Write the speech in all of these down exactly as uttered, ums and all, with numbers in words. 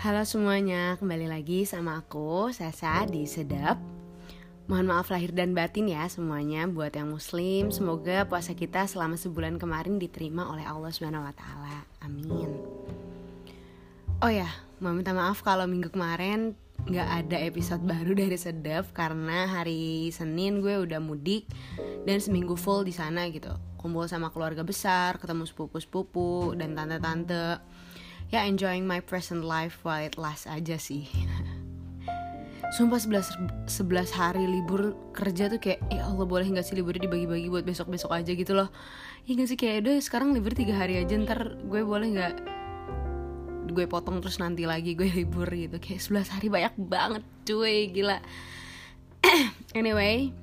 Halo semuanya, kembali lagi sama aku, Sasa di Sedap. Mohon maaf lahir dan batin ya semuanya. Buat yang muslim, semoga puasa kita selama sebulan kemarin diterima oleh Allah subhanahu wa taala. Amin. Oh ya, mau minta maaf kalau minggu kemarin gak ada episode baru dari Sedap, karena hari Senin gue udah mudik dan seminggu full di sana gitu. Kumpul sama keluarga besar, ketemu sepupu-sepupu dan tante-tante. Ya, enjoying my present life while it lasts aja sih. Sumpah sebelas hari libur kerja tuh kayak, ya Allah boleh gak sih liburnya dibagi-bagi buat besok-besok aja gitu loh. Ya gak sih, kayak udah sekarang libur tiga hari aja, ntar gue boleh gak gue potong terus nanti lagi gue libur gitu. Kayak sebelas hari banyak banget cuy, gila. Anyway,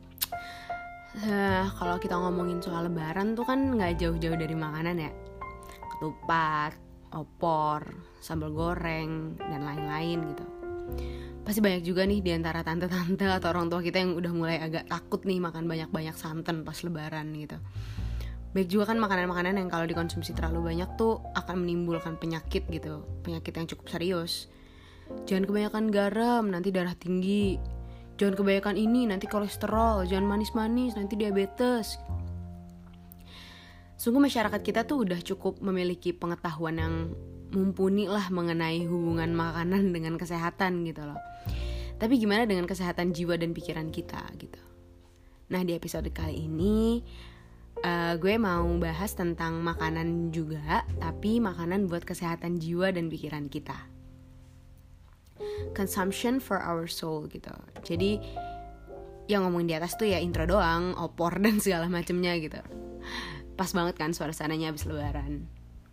uh, kalau kita ngomongin soal lebaran tuh kan gak jauh-jauh dari makanan ya. Ketupat, opor, sambal goreng, dan lain-lain gitu. Pasti banyak juga nih diantara tante-tante atau orang tua kita yang udah mulai agak takut nih makan banyak-banyak santan pas lebaran gitu. Baik juga kan makanan-makanan yang kalau dikonsumsi terlalu banyak tuh akan menimbulkan penyakit gitu, penyakit yang cukup serius. Jangan kebanyakan garam, nanti darah tinggi. Jangan kebanyakan ini, nanti kolesterol. Jangan manis-manis, nanti diabetes. Sungguh masyarakat kita tuh udah cukup memiliki pengetahuan yang mumpuni lah mengenai hubungan makanan dengan kesehatan gitu loh. Tapi gimana dengan kesehatan jiwa dan pikiran kita gitu. Nah, di episode kali ini uh, gue mau bahas tentang makanan juga, tapi makanan buat kesehatan jiwa dan pikiran kita. Consumption for our soul gitu. Jadi yang ngomongin di atas tuh ya intro doang, opor dan segala macemnya gitu. Pas banget kan suasananya habis lebaran.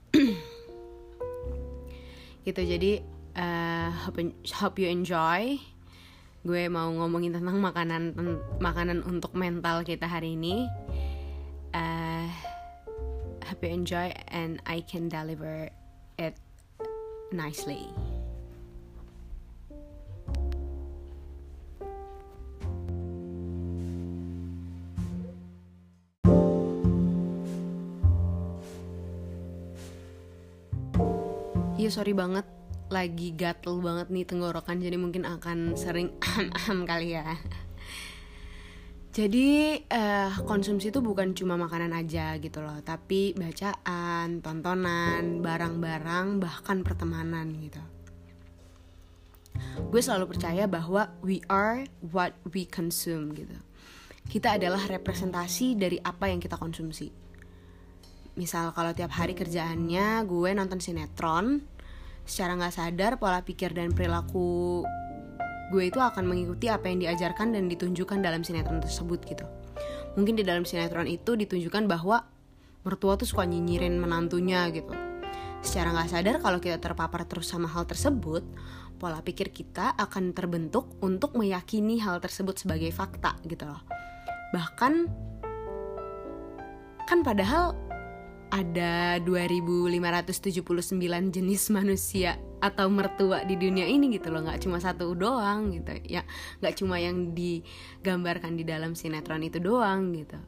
Gitu, jadi uh, hope, hope you enjoy. Gue mau ngomongin tentang makanan ten, makanan untuk mental kita hari ini. uh, Hope you enjoy and I can deliver it nicely. Iya, sorry banget, lagi gatel banget nih tenggorokan, jadi mungkin akan sering ahem-ahem kali ya. Jadi uh, konsumsi itu bukan cuma makanan aja gitu loh, tapi bacaan, tontonan, barang-barang, bahkan pertemanan gitu. Gue selalu percaya bahwa we are what we consume gitu. Kita adalah representasi dari apa yang kita konsumsi. Misal kalau tiap hari kerjaannya gue nonton sinetron, secara gak sadar pola pikir dan perilaku gue itu akan mengikuti apa yang diajarkan dan ditunjukkan dalam sinetron tersebut gitu. Mungkin di dalam sinetron itu ditunjukkan bahwa mertua tuh suka nyinyirin menantunya gitu. Secara gak sadar kalau kita terpapar terus sama hal tersebut, pola pikir kita akan terbentuk untuk meyakini hal tersebut sebagai fakta gitu loh. Bahkan kan padahal ada dua ribu lima ratus tujuh puluh sembilan jenis manusia atau mertua di dunia ini gitu loh, gak cuma satu doang gitu ya, gak cuma yang digambarkan di dalam sinetron itu doang gitu.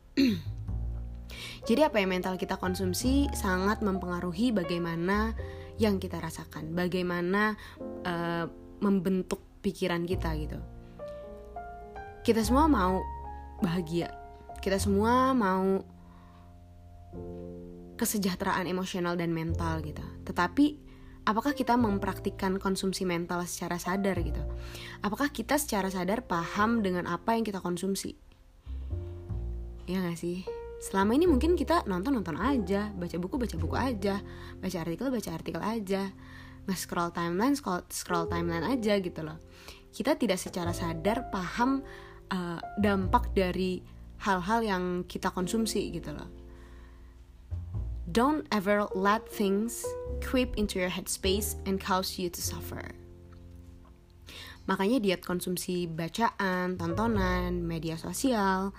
Jadi apa yang mental kita konsumsi sangat mempengaruhi bagaimana yang kita rasakan, bagaimana uh, membentuk pikiran kita gitu. Kita semua mau bahagia, kita semua mau kesejahteraan emosional dan mental gitu. Tetapi apakah kita mempraktikkan konsumsi mental secara sadar gitu? Apakah kita secara sadar paham dengan apa yang kita konsumsi? Ya gak sih? Selama ini mungkin kita nonton-nonton aja, baca buku baca buku aja, baca artikel baca artikel aja, nge-scroll timeline scroll, scroll timeline aja gitu loh. Kita tidak secara sadar paham uh, dampak dari hal-hal yang kita konsumsi gitu loh. Don't ever let things creep into your headspace and cause you to suffer. Makanya diet konsumsi bacaan, tontonan, media sosial,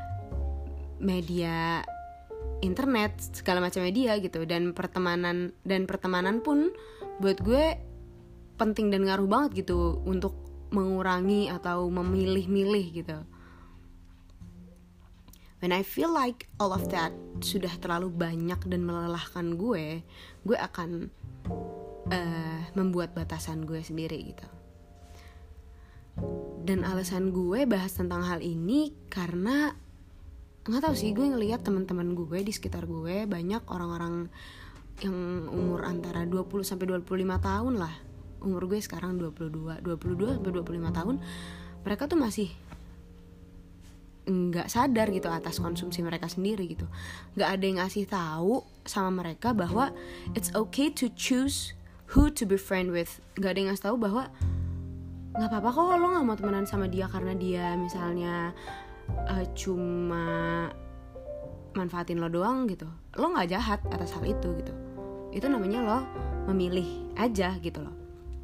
media internet, segala macam media gitu, dan pertemanan dan pertemanan pun buat gue penting dan ngaruh banget gitu untuk mengurangi atau memilih-milih gitu. When I feel like all of that sudah terlalu banyak dan melelahkan gue, gue akan uh, membuat batasan gue sendiri gitu. Dan alasan gue bahas tentang hal ini karena nggak tahu sih, gue ngelihat teman-teman gue di sekitar gue banyak orang-orang yang umur antara dua puluh sampai dua puluh lima tahun lah. Umur gue sekarang dua puluh dua sampai dua puluh lima tahun. Mereka tuh masih nggak sadar gitu atas konsumsi mereka sendiri gitu. Nggak ada yang ngasih tahu sama mereka bahwa it's okay to choose who to be friend with. Nggak ada yang ngasih tahu bahwa nggak apa-apa kok lo nggak mau temenan sama dia karena dia misalnya uh, cuma manfaatin lo doang gitu. Lo nggak jahat atas hal itu gitu. Itu namanya lo memilih aja gitu loh.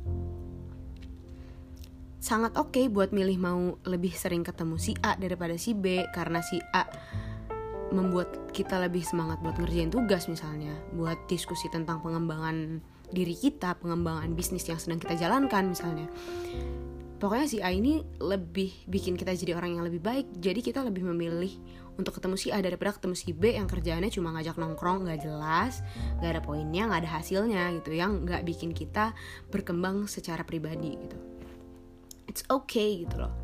Sangat oke okay buat milih mau lebih sering ketemu si A daripada si B karena si A membuat kita lebih semangat buat ngerjain tugas misalnya, buat diskusi tentang pengembangan diri kita, pengembangan bisnis yang sedang kita jalankan misalnya. Pokoknya si A ini lebih bikin kita jadi orang yang lebih baik, jadi kita lebih memilih untuk ketemu si A daripada ketemu si B yang kerjaannya cuma ngajak nongkrong, gak jelas, gak ada poinnya, gak ada hasilnya gitu, yang gak bikin kita berkembang secara pribadi gitu. It's okay gitu loh.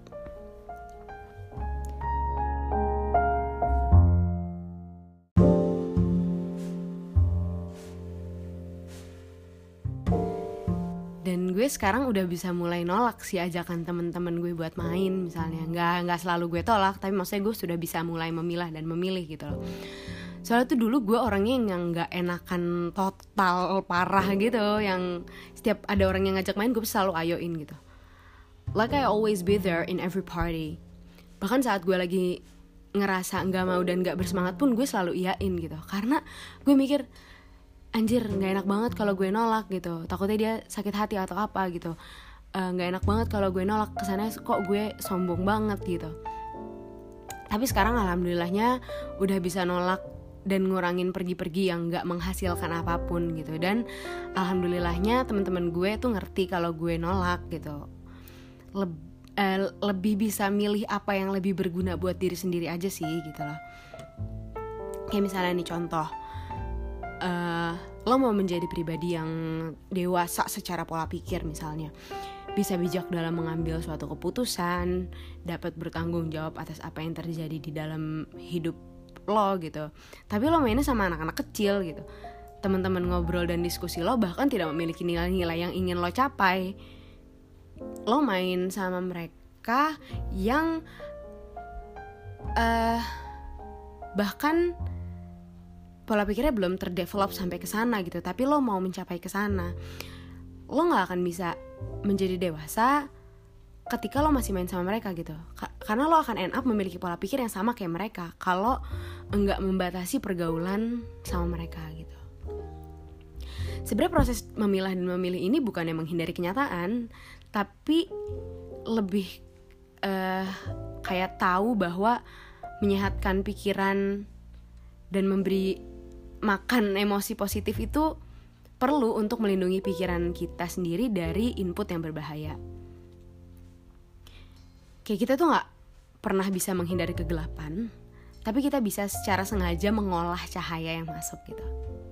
Dan gue sekarang udah bisa mulai nolak sih ajakan teman-teman gue buat main misalnya. Nggak nggak selalu gue tolak, tapi maksudnya gue sudah bisa mulai memilah dan memilih gitu loh. Soalnya tuh dulu gue orangnya yang nggak enakan total parah gitu, yang setiap ada orang yang ngajak main gue selalu ayoin gitu. Like I always be there in every party. Bahkan saat gue lagi ngerasa nggak mau dan nggak bersemangat pun gue selalu iyain gitu. Karena gue mikir, anjir nggak enak banget kalau gue nolak gitu, takutnya dia sakit hati atau apa gitu. Nggak uh, enak banget kalau gue nolak, kesannya kok gue sombong banget gitu. Tapi sekarang alhamdulillahnya udah bisa nolak dan ngurangin pergi-pergi yang nggak menghasilkan apapun gitu. Dan alhamdulillahnya teman-teman gue tuh ngerti kalau gue nolak gitu. Leb- uh, lebih bisa milih apa yang lebih berguna buat diri sendiri aja sih gitu loh. Kayak misalnya nih contoh, Uh, lo mau menjadi pribadi yang dewasa secara pola pikir misalnya, bisa bijak dalam mengambil suatu keputusan, dapat bertanggung jawab atas apa yang terjadi di dalam hidup lo gitu. Tapi lo mainnya sama anak-anak kecil gitu, teman-teman ngobrol dan diskusi lo bahkan tidak memiliki nilai-nilai yang ingin lo capai. Lo main sama mereka yang uh, bahkan pola pikirnya belum terdevelop sampai ke sana gitu, tapi lo mau mencapai ke sana. Lo nggak akan bisa menjadi dewasa ketika lo masih main sama mereka gitu. Ka- karena lo akan end up memiliki pola pikir yang sama kayak mereka kalau nggak membatasi pergaulan sama mereka gitu. Sebenarnya proses memilah dan memilih ini bukan yang menghindari kenyataan, tapi lebih uh, kayak tahu bahwa menyehatkan pikiran dan memberi makan emosi positif itu perlu untuk melindungi pikiran kita sendiri dari input yang berbahaya. Kayak kita tuh gak pernah bisa menghindari kegelapan, tapi kita bisa secara sengaja mengolah cahaya yang masuk gitu.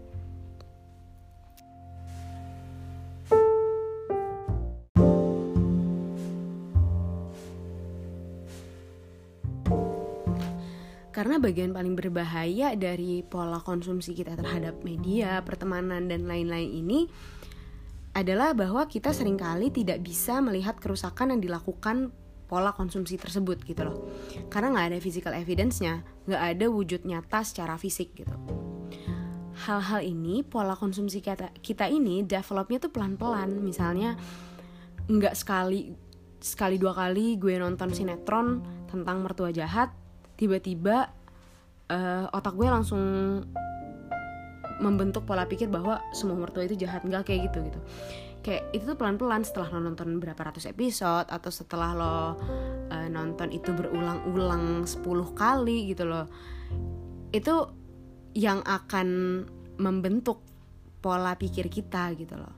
Karena bagian paling berbahaya dari pola konsumsi kita terhadap media, pertemanan, dan lain-lain ini adalah bahwa kita seringkali tidak bisa melihat kerusakan yang dilakukan pola konsumsi tersebut gitu loh. Karena gak ada physical evidence-nya, gak ada wujud nyata secara fisik gitu. Hal-hal ini, pola konsumsi kita, kita ini developnya tuh pelan-pelan. Misalnya gak sekali, sekali dua kali gue nonton sinetron tentang mertua jahat, tiba-tiba uh, otak gue langsung membentuk pola pikir bahwa semua mertua itu jahat. Nggak kayak gitu gitu. Kayak itu tuh pelan-pelan setelah lo nonton berapa ratus episode, atau setelah lo uh, nonton itu berulang-ulang sepuluh kali gitu loh. Itu yang akan membentuk pola pikir kita gitu loh.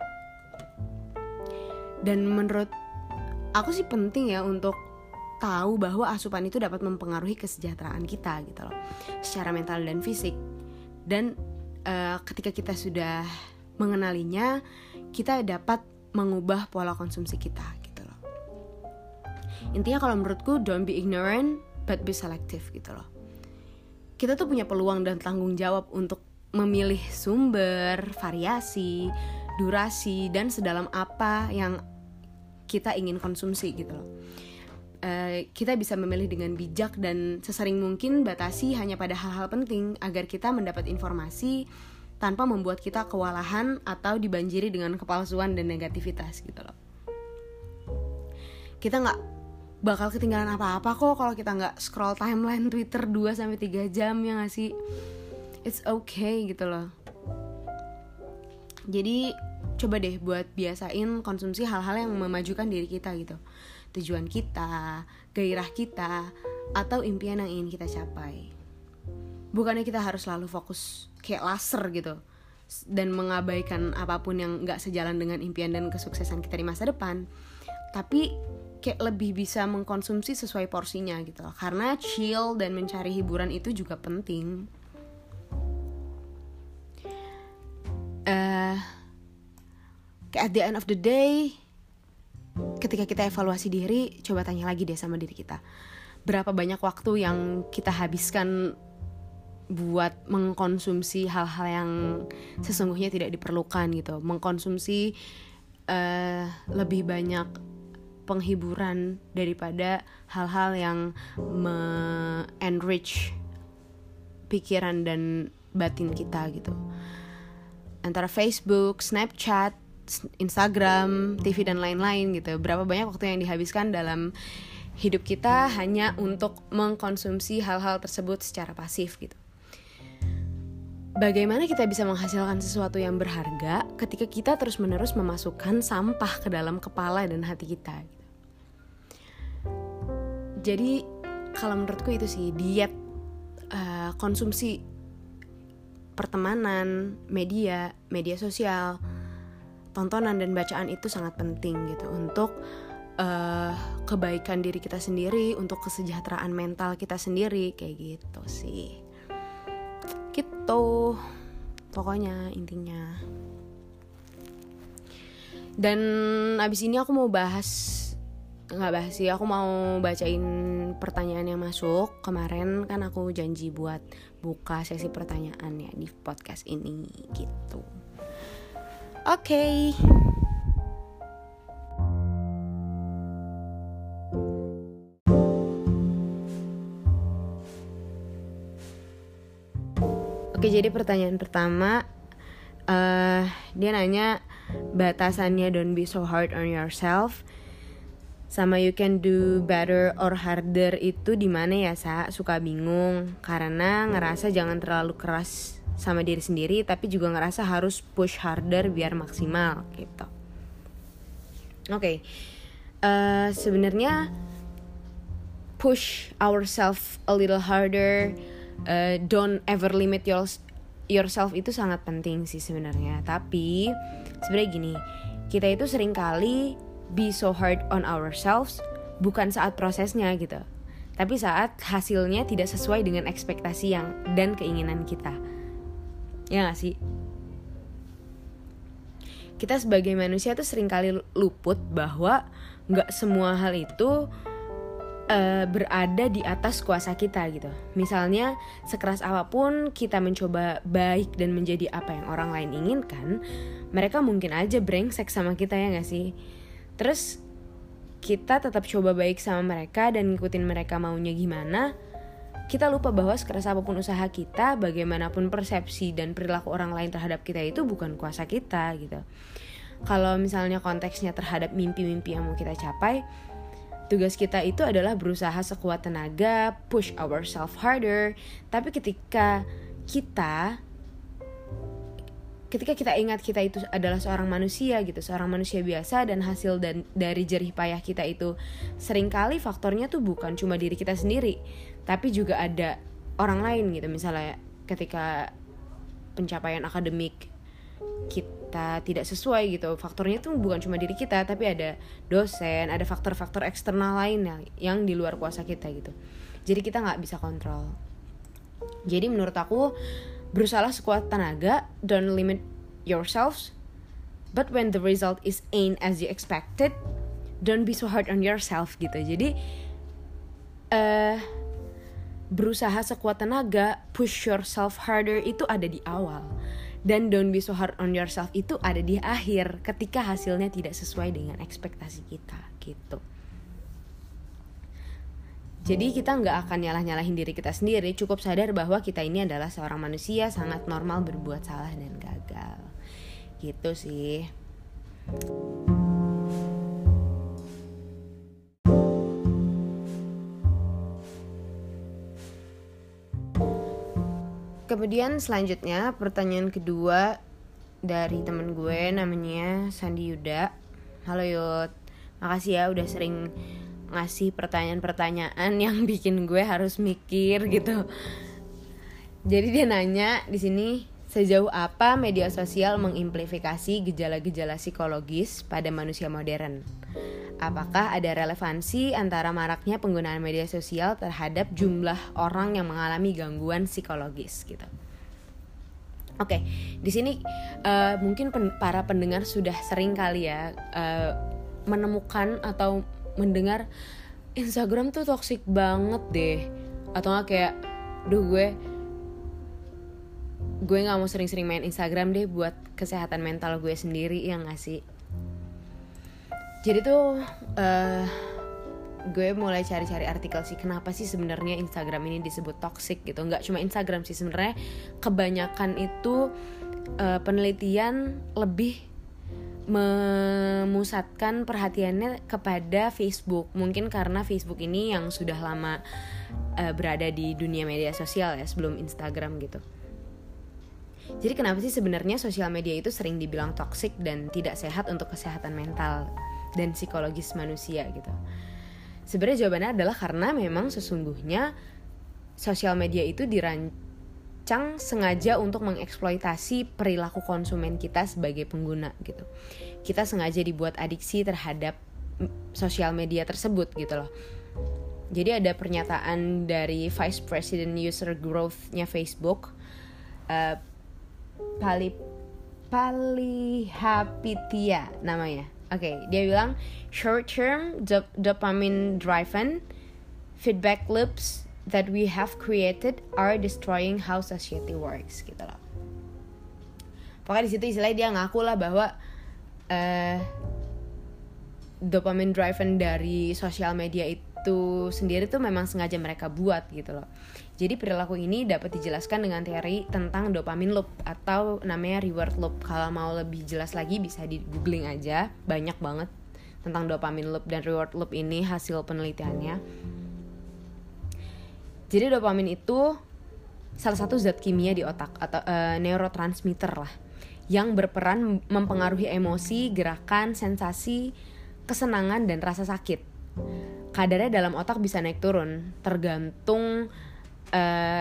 Dan menurut aku sih penting ya untuk tahu bahwa asupan itu dapat mempengaruhi kesejahteraan kita gitu loh, secara mental dan fisik. Dan uh, ketika kita sudah mengenalinya, kita dapat mengubah pola konsumsi kita gitu loh. Intinya kalau menurutku, don't be ignorant but be selective gitu loh. Kita tuh punya peluang dan tanggung jawab untuk memilih sumber, variasi, durasi, dan sedalam apa yang kita ingin konsumsi gitu loh. Uh, kita bisa memilih dengan bijak dan sesering mungkin batasi hanya pada hal-hal penting agar kita mendapat informasi tanpa membuat kita kewalahan atau dibanjiri dengan kepalsuan dan negativitas gitu loh. Kita gak bakal ketinggalan apa-apa kok kalau kita gak scroll timeline Twitter dua sampai tiga jam, ya gak sih? It's okay gitu loh. Jadi coba deh buat biasain konsumsi hal-hal yang memajukan diri kita gitu. Tujuan kita, gairah kita, atau impian yang ingin kita capai. Bukannya kita harus selalu fokus kayak laser gitu dan mengabaikan apapun yang gak sejalan dengan impian dan kesuksesan kita di masa depan. Tapi kayak lebih bisa mengkonsumsi sesuai porsinya gitu loh. Karena chill dan mencari hiburan itu juga penting. Uh, kayak at the end of the day, ketika kita evaluasi diri, coba tanya lagi deh sama diri kita. Berapa banyak waktu yang kita habiskan buat mengkonsumsi hal-hal yang sesungguhnya tidak diperlukan gitu. Mengkonsumsi uh, lebih banyak penghiburan daripada hal-hal yang me-enrich pikiran dan batin kita gitu. Antara Facebook, Snapchat, Instagram, T V dan lain-lain gitu. Berapa banyak waktu yang dihabiskan dalam hidup kita hanya untuk mengkonsumsi hal-hal tersebut secara pasif gitu. Bagaimana kita bisa menghasilkan sesuatu yang berharga ketika kita terus-menerus memasukkan sampah ke dalam kepala dan hati kita gitu. Jadi kalau menurutku itu sih diet, uh, konsumsi pertemanan, media, media sosial, tontonan dan bacaan itu sangat penting gitu untuk uh, kebaikan diri kita sendiri, untuk kesejahteraan mental kita sendiri, kayak gitu sih. Gitu pokoknya intinya. Dan abis ini aku mau bahas, nggak bahas sih, aku mau bacain pertanyaan yang masuk. Kemarin kan aku janji buat buka sesi pertanyaan ya di podcast ini gitu. Oke okay. Oke, jadi pertanyaan pertama, uh, dia nanya batasannya don't be so hard on yourself sama you can do better or harder itu di mana ya, Sa? Suka bingung karena ngerasa jangan terlalu keras sama diri sendiri, tapi juga ngerasa harus push harder biar maksimal gitu. Oke, okay. uh, sebenarnya push ourselves a little harder. Uh, don't ever limit your, yourself itu sangat penting sih sebenarnya. Tapi sebenarnya gini, kita itu sering kali be so hard on ourselves bukan saat prosesnya gitu, tapi saat hasilnya tidak sesuai dengan ekspektasi yang dan keinginan kita. Ya gak sih? Kita sebagai manusia tuh sering kali luput bahwa gak semua hal itu Uh, berada di atas kuasa kita gitu. Misalnya sekeras apapun kita mencoba baik dan menjadi apa yang orang lain inginkan, mereka mungkin aja brengsek sama kita, ya gak sih? Terus kita tetap coba baik sama mereka dan ngikutin mereka maunya gimana. Kita lupa bahwa sekeras apapun usaha kita, bagaimanapun persepsi dan perilaku orang lain terhadap kita itu bukan kuasa kita gitu. Kalau misalnya konteksnya terhadap mimpi-mimpi yang mau kita capai, tugas kita itu adalah berusaha sekuat tenaga, push ourselves harder. Tapi ketika kita ketika kita ingat kita itu adalah seorang manusia gitu, seorang manusia biasa, dan hasil dan dari jerih payah kita itu seringkali faktornya tuh bukan cuma diri kita sendiri, tapi juga ada orang lain gitu. Misalnya ketika pencapaian akademik kita tidak sesuai gitu, faktornya tuh bukan cuma diri kita, tapi ada dosen, ada faktor-faktor eksternal lainnya yang di luar kuasa kita gitu. Jadi kita nggak bisa kontrol. Jadi menurut aku berusaha sekuat tenaga, don't limit yourselves, but when the result is ain't as you expected, don't be so hard on yourself gitu. Jadi uh, berusaha sekuat tenaga, push yourself harder itu ada di awal, dan don't be so hard on yourself itu ada di akhir ketika hasilnya tidak sesuai dengan ekspektasi kita gitu. Jadi kita nggak akan nyalah-nyalahin diri kita sendiri, cukup sadar bahwa kita ini adalah seorang manusia sangat normal berbuat salah dan gagal. Gitu sih. Kemudian selanjutnya pertanyaan kedua dari temen gue namanya Sandi Yuda. Halo Yud, makasih ya udah sering ngasih pertanyaan-pertanyaan yang bikin gue harus mikir gitu. Jadi dia nanya di sini, sejauh apa media sosial mengamplifikasi gejala-gejala psikologis pada manusia modern? Apakah ada relevansi antara maraknya penggunaan media sosial terhadap jumlah orang yang mengalami gangguan psikologis gitu? Oke, di sini uh, mungkin pen- para pendengar sudah sering kali ya uh, menemukan atau mendengar Instagram tuh toxic banget deh, atau nggak kayak, duh gue gue nggak mau sering-sering main Instagram deh buat kesehatan mental gue sendiri, ya nggak sih? Jadi tuh uh, gue mulai cari-cari artikel sih, kenapa sih sebenarnya Instagram ini disebut toxic gitu. Nggak cuma Instagram sih sebenarnya, kebanyakan itu uh, penelitian lebih memusatkan perhatiannya kepada Facebook. Mungkin karena Facebook ini yang sudah lama uh, berada di dunia media sosial ya, sebelum Instagram gitu. Jadi kenapa sih sebenarnya sosial media itu sering dibilang toksik dan tidak sehat untuk kesehatan mental dan psikologis manusia gitu? Sebenarnya jawabannya adalah karena memang sesungguhnya sosial media itu dirancang sengaja untuk mengeksploitasi perilaku konsumen kita sebagai pengguna gitu. Kita sengaja dibuat adiksi terhadap sosial media tersebut gitu loh. Jadi ada pernyataan dari Vice President User Growth-nya Facebook, uh, Pali Palihapitiya namanya. Oke, okay, dia bilang short term dop- dopamine driven feedback loops that we have created are destroying how society works gitu loh. Pokoknya di situ istilahnya dia ngaku lah bahwa uh, dopamine driven dari sosial media itu sendiri tuh memang sengaja mereka buat gitu loh. Jadi perilaku ini dapat dijelaskan dengan teori tentang dopamine loop atau namanya reward loop. Kalau mau lebih jelas lagi bisa di googling aja, banyak banget tentang dopamine loop dan reward loop ini hasil penelitiannya. Jadi dopamin itu salah satu zat kimia di otak atau uh, neurotransmitter lah, yang berperan mempengaruhi emosi, gerakan, sensasi, kesenangan, dan rasa sakit. Kadarnya dalam otak bisa naik turun tergantung uh,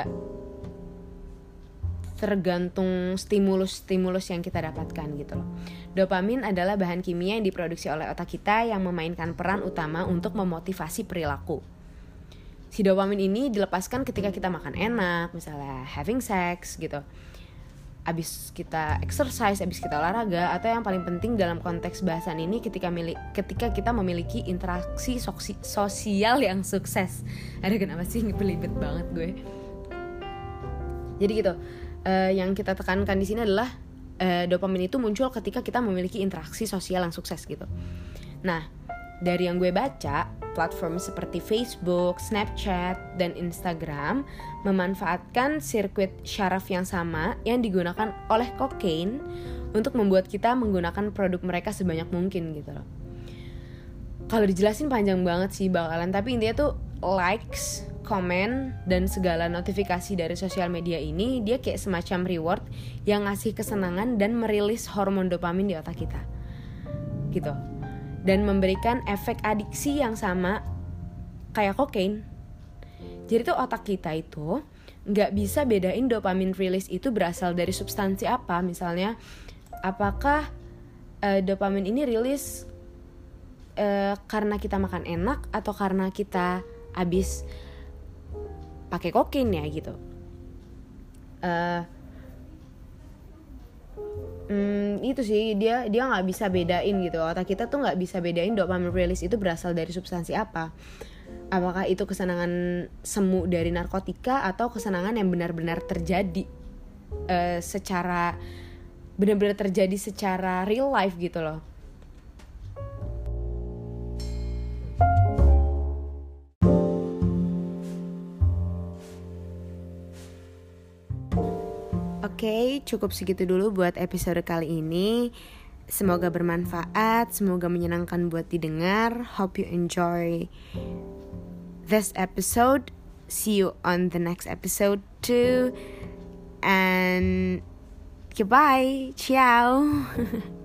tergantung stimulus-stimulus yang kita dapatkan gitu loh. Dopamin adalah bahan kimia yang diproduksi oleh otak kita yang memainkan peran utama untuk memotivasi perilaku. Si dopamin ini dilepaskan ketika kita makan enak, misalnya having sex gitu, abis kita exercise, abis kita olahraga, atau yang paling penting dalam konteks bahasan ini ketika mili- ketika kita memiliki interaksi soksi- sosial yang sukses. Ada kenapa sih belibet banget gue? Jadi gitu, uh, yang kita tekankan di sini adalah uh, dopamin itu muncul ketika kita memiliki interaksi sosial yang sukses gitu. Nah, dari yang gue baca, platform seperti Facebook, Snapchat, dan Instagram memanfaatkan sirkuit syaraf yang sama yang digunakan oleh kokain untuk membuat kita menggunakan produk mereka sebanyak mungkin gitu loh. Kalau dijelasin panjang banget sih bakalan, tapi intinya tuh likes, komen, dan segala notifikasi dari sosial media ini dia kayak semacam reward yang ngasih kesenangan dan merilis hormon dopamin di otak kita gitu, dan memberikan efek adiksi yang sama kayak kokain. Jadi tuh otak kita itu gak bisa bedain dopamin rilis itu berasal dari substansi apa. Misalnya apakah uh, dopamin ini rilis uh, karena kita makan enak atau karena kita abis pakai kokain ya gitu. uh, Hmm, itu sih dia dia nggak bisa bedain gitu, otak kita tuh nggak bisa bedain dopamine release itu berasal dari substansi apa. Apakah itu kesenangan semu dari narkotika atau kesenangan yang benar-benar terjadi uh, secara benar-benar terjadi secara real life gitu loh. Oke, okay, cukup segitu dulu buat episode kali ini. Semoga bermanfaat, semoga menyenangkan buat didengar. Hope you enjoy this episode. See you on the next episode too. And goodbye. Ciao.